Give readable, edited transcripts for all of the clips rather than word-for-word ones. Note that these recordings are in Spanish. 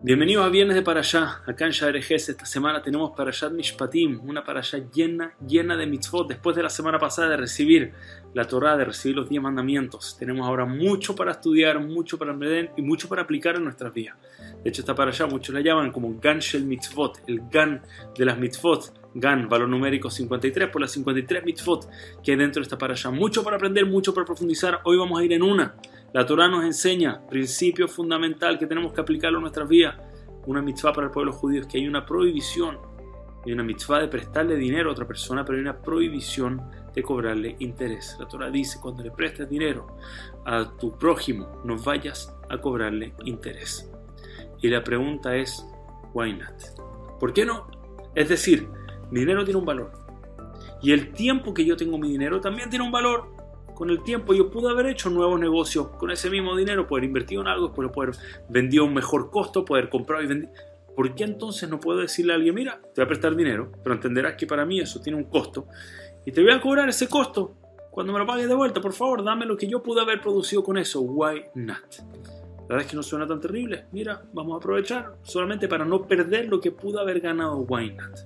Bienvenidos a Viernes de Parashá, acá en Shaarei Gesed. Esta semana tenemos Parashat Mishpatim, una Parashá llena de mitzvot. Después de la semana pasada de recibir la Torá, de recibir los 10 mandamientos, tenemos ahora mucho para estudiar, mucho para aprender y mucho para aplicar en nuestras vidas. De hecho, esta Parashá muchos la llaman como Gan Shel Mitzvot, el Gan de las mitzvot. Gan, valor numérico 53, por las 53 mitzvot que hay dentro de esta Parashá. Mucho para aprender, mucho para profundizar. Hoy vamos a ir en una. La Torá nos enseña principio fundamental que tenemos que aplicarlo en nuestras vidas. Una mitzvah para el pueblo judío es que hay una prohibición. Hay una mitzvah de prestarle dinero a otra persona, pero hay una prohibición de cobrarle interés. La Torá dice, cuando le prestes dinero a tu prójimo, no vayas a cobrarle interés. Y la pregunta es, why not? ¿Por qué no? Es decir, mi dinero tiene un valor. Y el tiempo que yo tengo mi dinero también tiene un valor. Con el tiempo yo pude haber hecho nuevos negocios con ese mismo dinero, poder invertir en algo, poder vender a un mejor costo, poder comprar y vender. ¿Por qué entonces no puedo decirle a alguien, mira, te voy a prestar dinero, pero entenderás que para mí eso tiene un costo y te voy a cobrar ese costo cuando me lo pagues de vuelta? Por favor, dame lo que yo pude haber producido con eso. Why not? La verdad es que no suena tan terrible. Mira, vamos a aprovechar solamente para no perder lo que pude haber ganado. Why not?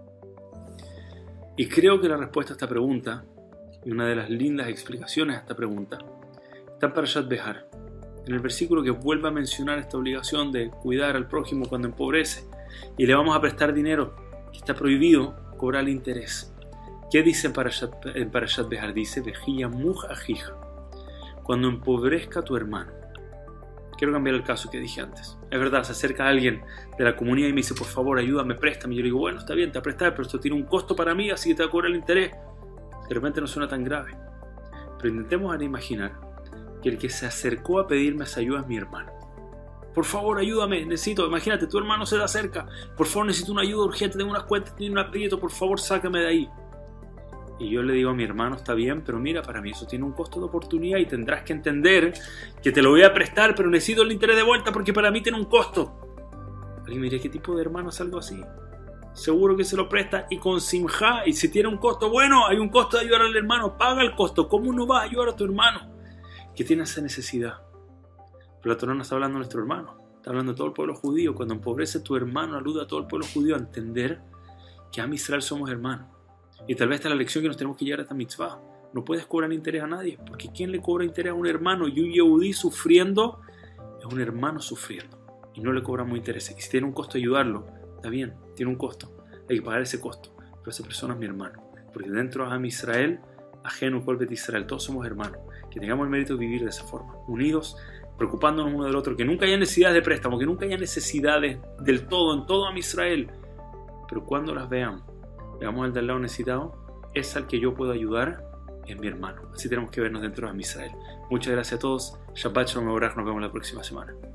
Y creo que la respuesta a esta pregunta, y una de las lindas explicaciones a esta pregunta, está en Parashat Behar, en el versículo que vuelve a mencionar esta obligación de cuidar al prójimo cuando empobrece y le vamos a prestar dinero, que está prohibido cobrar el interés. ¿Qué dice en Parashat Behar? Dice, Vejilla muj ajija, cuando empobrezca a tu hermano. Quiero cambiar el caso que dije antes. Es verdad, se acerca alguien de la comunidad y me dice, por favor, ayúdame, préstame. Y yo le digo, bueno, está bien, te voy a prestar, pero esto tiene un costo para mí, así que te voy a cobrar el interés. De repente no suena tan grave. Pero intentemos ahora imaginar que el que se acercó a pedirme esa ayuda es mi hermano. Por favor, ayúdame, necesito. Imagínate, tu hermano se te acerca. Por favor, necesito una ayuda urgente, tengo unas cuentas, tengo un aprieto, por favor, sácame de ahí. Y yo le digo a mi hermano, está bien, pero mira, para mí eso tiene un costo de oportunidad y tendrás que entender que te lo voy a prestar, pero necesito el interés de vuelta porque para mí tiene un costo. Alguien me diría, ¿qué tipo de hermano es algo así? Seguro que se lo presta y con simjá, y si tiene un costo, bueno, hay un costo de ayudar al hermano, paga el costo. ¿Cómo no vas a ayudar a tu hermano que tiene esa necesidad? Pero la Torá no está hablando de nuestro hermano, está hablando de todo el pueblo judío. Cuando empobrece tu hermano, ayuda a todo el pueblo judío a entender que a Israel somos hermanos. Y tal vez esta es la lección que nos tenemos que llevar a esta mitzvah. No puedes cobrar interés a nadie, porque ¿quién le cobra interés a un hermano? Y un yehudí sufriendo es un hermano sufriendo, y no le cobramos intereses. Y si tiene un costo ayudarlo, está bien, tiene un costo, hay que pagar ese costo, pero esa persona es mi hermano, porque dentro de Am Israel, ajeno Kol Bet Israel, todos somos hermanos, que tengamos el mérito de vivir de esa forma, unidos, preocupándonos uno del otro, que nunca haya necesidades de préstamo, que nunca haya necesidades del todo, en todo Am Israel, pero cuando las veamos al del lado necesitado, es al que yo puedo ayudar, es mi hermano. Así tenemos que vernos dentro de Am Israel. Muchas gracias a todos, Shabbat Shalom, nos vemos la próxima semana.